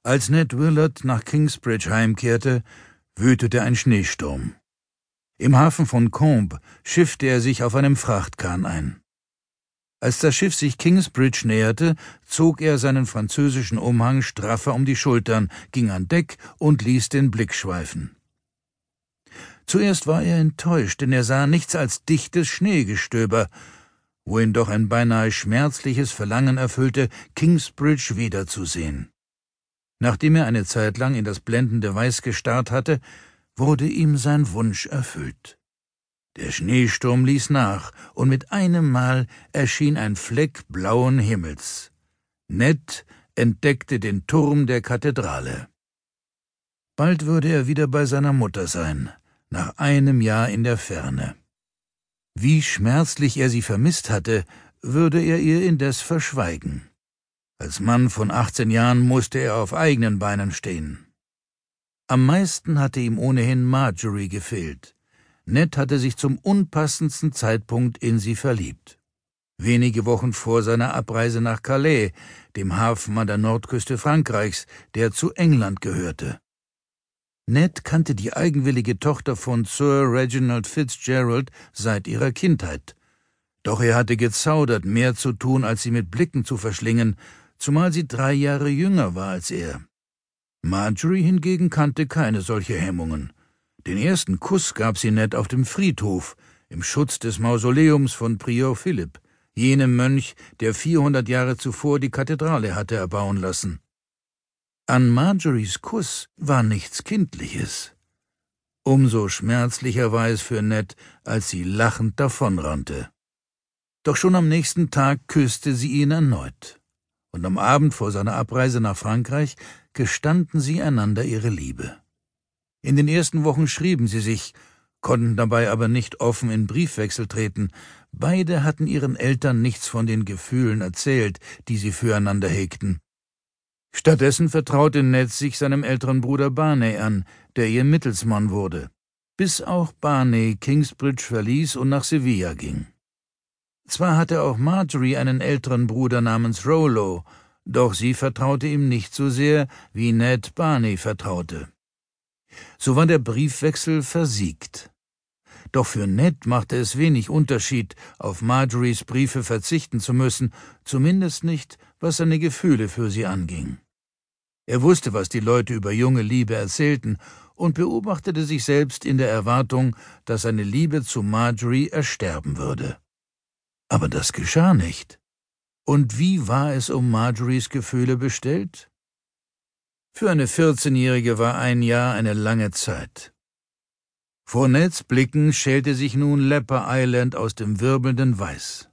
Als Ned Willard nach Kingsbridge heimkehrte, wütete ein Schneesturm. Im Hafen von Combe schiffte er sich auf einem Frachtkahn ein. Als das Schiff sich Kingsbridge näherte, zog er seinen französischen Umhang straffer um die Schultern, ging an Deck und ließ den Blick schweifen. Zuerst war er enttäuscht, denn er sah nichts als dichtes Schneegestöber, wo ihn doch ein beinahe schmerzliches Verlangen erfüllte, Kingsbridge wiederzusehen. Nachdem er eine Zeit lang in das blendende Weiß gestarrt hatte, wurde ihm sein Wunsch erfüllt. Der Schneesturm ließ nach, und mit einem Mal erschien ein Fleck blauen Himmels. Ned entdeckte den Turm der Kathedrale. Bald würde er wieder bei seiner Mutter sein, nach einem Jahr in der Ferne. Wie schmerzlich er sie vermisst hatte, würde er ihr indes verschweigen. Als Mann von 18 Jahren musste er auf eigenen Beinen stehen. Am meisten hatte ihm ohnehin Marjorie gefehlt. Ned hatte sich zum unpassendsten Zeitpunkt in sie verliebt. Wenige Wochen vor seiner Abreise nach Calais, dem Hafen an der Nordküste Frankreichs, der zu England gehörte. Ned kannte die eigenwillige Tochter von Sir Reginald Fitzgerald seit ihrer Kindheit. Doch er hatte gezaudert, mehr zu tun, als sie mit Blicken zu verschlingen, zumal sie 3 Jahre jünger war als er. Marjorie hingegen kannte keine solche Hemmungen. Den ersten Kuss gab sie Ned auf dem Friedhof, im Schutz des Mausoleums von Prior Philipp, jenem Mönch, der 400 Jahre zuvor die Kathedrale hatte erbauen lassen. An Marjories Kuss war nichts Kindliches. Umso schmerzlicher war es für Ned, als sie lachend davonrannte. Doch schon am nächsten Tag küsste sie ihn erneut. Und am Abend vor seiner Abreise nach Frankreich gestanden sie einander ihre Liebe. In den ersten Wochen schrieben sie sich, konnten dabei aber nicht offen in Briefwechsel treten. Beide hatten ihren Eltern nichts von den Gefühlen erzählt, die sie füreinander hegten. Stattdessen vertraute Ned sich seinem älteren Bruder Barney an, der ihr Mittelsmann wurde, bis auch Barney Kingsbridge verließ und nach Sevilla ging. Zwar hatte auch Marjorie einen älteren Bruder namens Rollo, doch sie vertraute ihm nicht so sehr, wie Ned Barney vertraute. So war der Briefwechsel versiegt. Doch für Ned machte es wenig Unterschied, auf Marjories Briefe verzichten zu müssen, zumindest nicht, was seine Gefühle für sie anging. Er wusste, was die Leute über junge Liebe erzählten, und beobachtete sich selbst in der Erwartung, dass seine Liebe zu Marjorie ersterben würde. Aber das geschah nicht. Und wie war es um Marjories Gefühle bestellt? Für eine 14-Jährige war ein Jahr eine lange Zeit. Vor Neds Blicken schälte sich nun Leper Island aus dem wirbelnden Weiß.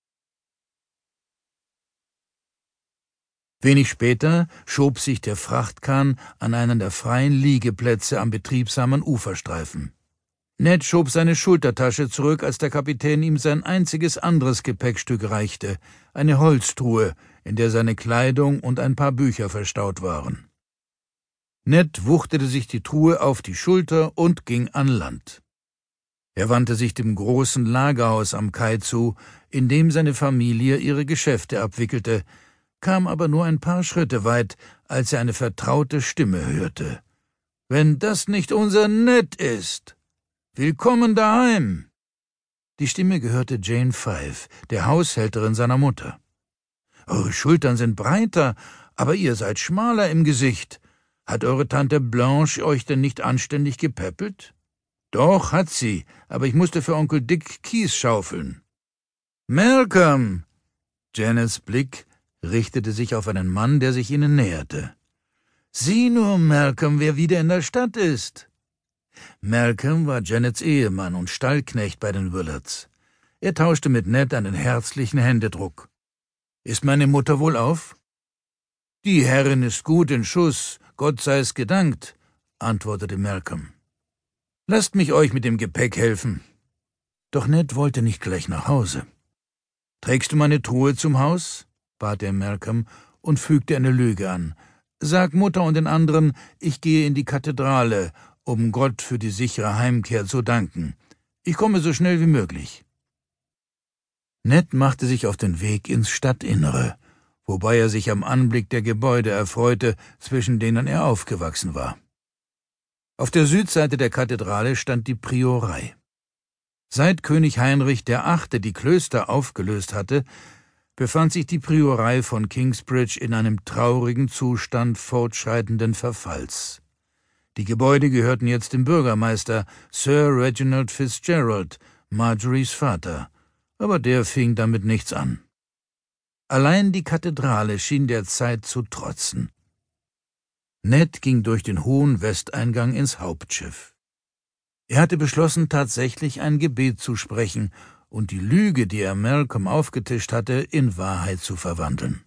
Wenig später schob sich der Frachtkahn an einen der freien Liegeplätze am betriebsamen Uferstreifen. Ned schob seine Schultertasche zurück, als der Kapitän ihm sein einziges anderes Gepäckstück reichte, eine Holztruhe, in der seine Kleidung und ein paar Bücher verstaut waren. Ned wuchtete sich die Truhe auf die Schulter und ging an Land. Er wandte sich dem großen Lagerhaus am Kai zu, in dem seine Familie ihre Geschäfte abwickelte, kam aber nur ein paar Schritte weit, als er eine vertraute Stimme hörte. »Wenn das nicht unser Ned ist! Willkommen daheim!« Die Stimme gehörte Jane Five, der Haushälterin seiner Mutter. »Eure Schultern sind breiter, aber ihr seid schmaler im Gesicht. Hat eure Tante Blanche euch denn nicht anständig gepäppelt?« »Doch, hat sie, aber ich musste für Onkel Dick Kies schaufeln.« »Malcolm!« Janets Blick richtete sich auf einen Mann, der sich ihnen näherte. »Sieh nur, Malcolm, wer wieder in der Stadt ist!« Malcolm war Janets Ehemann und Stallknecht bei den Willards. Er tauschte mit Ned einen herzlichen Händedruck. »Ist meine Mutter wohl auf?« »Die Herrin ist gut in Schuss, Gott sei es gedankt«, antwortete Malcolm. »Lasst mich euch mit dem Gepäck helfen.« Doch Ned wollte nicht gleich nach Hause. »Trägst du meine Truhe zum Haus?« bat er Malcolm und fügte eine Lüge an. »Sag Mutter und den anderen, ich gehe in die Kathedrale, um Gott für die sichere Heimkehr zu danken. Ich komme so schnell wie möglich.« Ned machte sich auf den Weg ins Stadtinnere, wobei er sich am Anblick der Gebäude erfreute, zwischen denen er aufgewachsen war. Auf der Südseite der Kathedrale stand die Priorei. Seit König Heinrich VIII. Die Klöster aufgelöst hatte, befand sich die Priorei von Kingsbridge in einem traurigen Zustand fortschreitenden Verfalls. Die Gebäude gehörten jetzt dem Bürgermeister, Sir Reginald Fitzgerald, Marjorys Vater, aber der fing damit nichts an. Allein die Kathedrale schien der Zeit zu trotzen. Ned ging durch den hohen Westeingang ins Hauptschiff. Er hatte beschlossen, tatsächlich ein Gebet zu sprechen und die Lüge, die er Malcolm aufgetischt hatte, in Wahrheit zu verwandeln.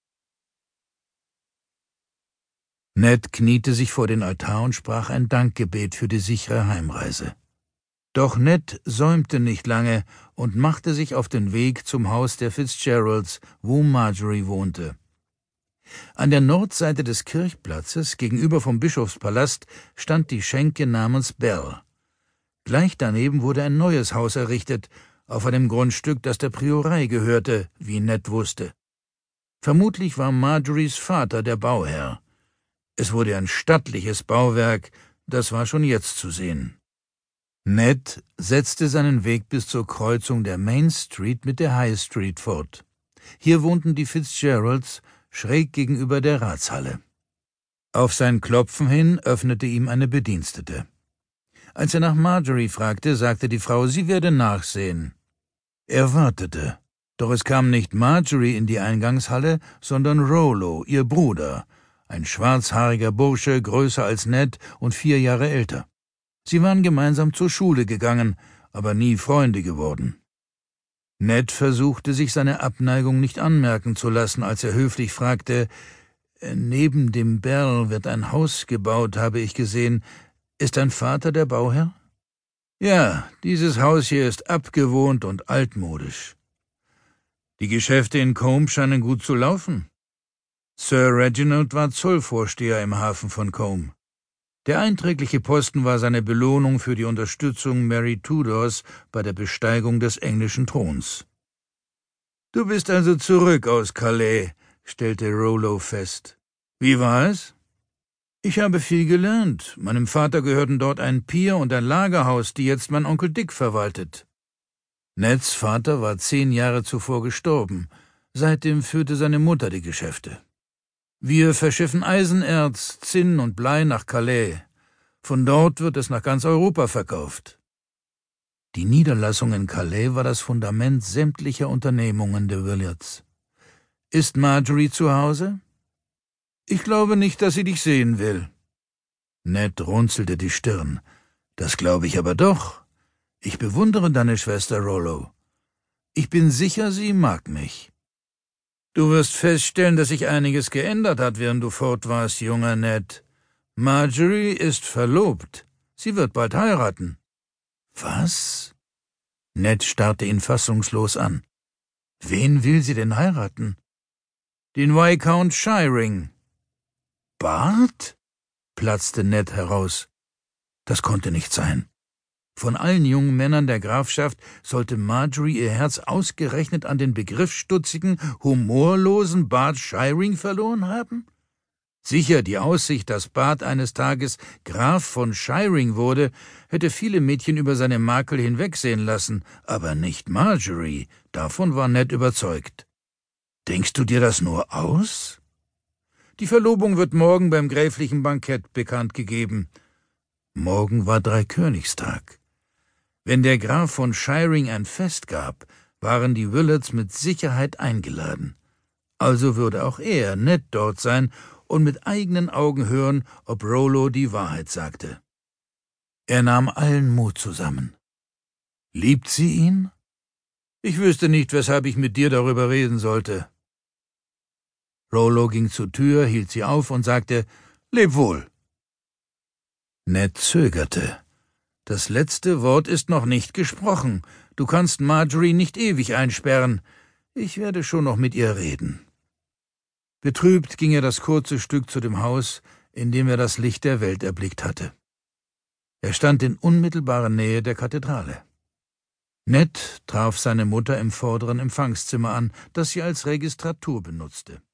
Ned kniete sich vor den Altar und sprach ein Dankgebet für die sichere Heimreise. Doch Ned säumte nicht lange und machte sich auf den Weg zum Haus der Fitzgeralds, wo Marjorie wohnte. An der Nordseite des Kirchplatzes, gegenüber vom Bischofspalast, stand die Schenke namens Bell. Gleich daneben wurde ein neues Haus errichtet, auf einem Grundstück, das der Priorei gehörte, wie Ned wusste. Vermutlich war Marjorys Vater der Bauherr. Es wurde ein stattliches Bauwerk, das war schon jetzt zu sehen. Ned setzte seinen Weg bis zur Kreuzung der Main Street mit der High Street fort. Hier wohnten die Fitzgeralds, schräg gegenüber der Ratshalle. Auf sein Klopfen hin öffnete ihm eine Bedienstete. Als er nach Marjorie fragte, sagte die Frau, sie werde nachsehen. Er wartete, doch es kam nicht Marjorie in die Eingangshalle, sondern Rollo, ihr Bruder, ein schwarzhaariger Bursche, größer als Ned und 4 Jahre älter. Sie waren gemeinsam zur Schule gegangen, aber nie Freunde geworden. Ned versuchte, sich seine Abneigung nicht anmerken zu lassen, als er höflich fragte, »Neben dem Bell wird ein Haus gebaut, habe ich gesehen. Ist dein Vater der Bauherr?« »Ja, dieses Haus hier ist abgewohnt und altmodisch.« »Die Geschäfte in Combe scheinen gut zu laufen.« Sir Reginald war Zollvorsteher im Hafen von Combe. Der einträgliche Posten war seine Belohnung für die Unterstützung Mary Tudors bei der Besteigung des englischen Throns. »Du bist also zurück aus Calais«, stellte Rollo fest. »Wie war es?« »Ich habe viel gelernt. Meinem Vater gehörten dort ein Pier und ein Lagerhaus, die jetzt mein Onkel Dick verwaltet.« Neds Vater war 10 Jahre zuvor gestorben. Seitdem führte seine Mutter die Geschäfte. »Wir verschiffen Eisenerz, Zinn und Blei nach Calais. Von dort wird es nach ganz Europa verkauft.« Die Niederlassung in Calais war das Fundament sämtlicher Unternehmungen der Willards. »Ist Marjorie zu Hause?« »Ich glaube nicht, dass sie dich sehen will.« Ned runzelte die Stirn. »Das glaube ich aber doch. Ich bewundere deine Schwester Rollo. Ich bin sicher, sie mag mich.« »Du wirst feststellen, dass sich einiges geändert hat, während du fort warst, junger Ned. Marjorie ist verlobt. Sie wird bald heiraten.« »Was?« Ned starrte ihn fassungslos an. »Wen will sie denn heiraten?« »Den Viscount Shiring.« »Bart?« platzte Ned heraus. Das konnte nicht sein. Von allen jungen Männern der Grafschaft sollte Marjorie ihr Herz ausgerechnet an den begriffsstutzigen, humorlosen Bart Shiring verloren haben? Sicher, die Aussicht, dass Bart eines Tages Graf von Shiring wurde, hätte viele Mädchen über seine Makel hinwegsehen lassen, aber nicht Marjorie, davon war Ned überzeugt. »Denkst du dir das nur aus?« »Die Verlobung wird morgen beim gräflichen Bankett bekannt gegeben.« Morgen war Dreikönigstag. Wenn der Graf von Shiring ein Fest gab, waren die Willards mit Sicherheit eingeladen. Also würde auch er, Ned, dort sein und mit eigenen Augen hören, ob Rollo die Wahrheit sagte. Er nahm allen Mut zusammen. »Liebt sie ihn?« »Ich wüsste nicht, weshalb ich mit dir darüber reden sollte.« Rollo ging zur Tür, hielt sie auf und sagte, »Leb wohl.« Ned zögerte. »Das letzte Wort ist noch nicht gesprochen. Du kannst Marjorie nicht ewig einsperren. Ich werde schon noch mit ihr reden.« Betrübt ging er das kurze Stück zu dem Haus, in dem er das Licht der Welt erblickt hatte. Er stand in unmittelbarer Nähe der Kathedrale. Ned traf seine Mutter im vorderen Empfangszimmer an, das sie als Registratur benutzte.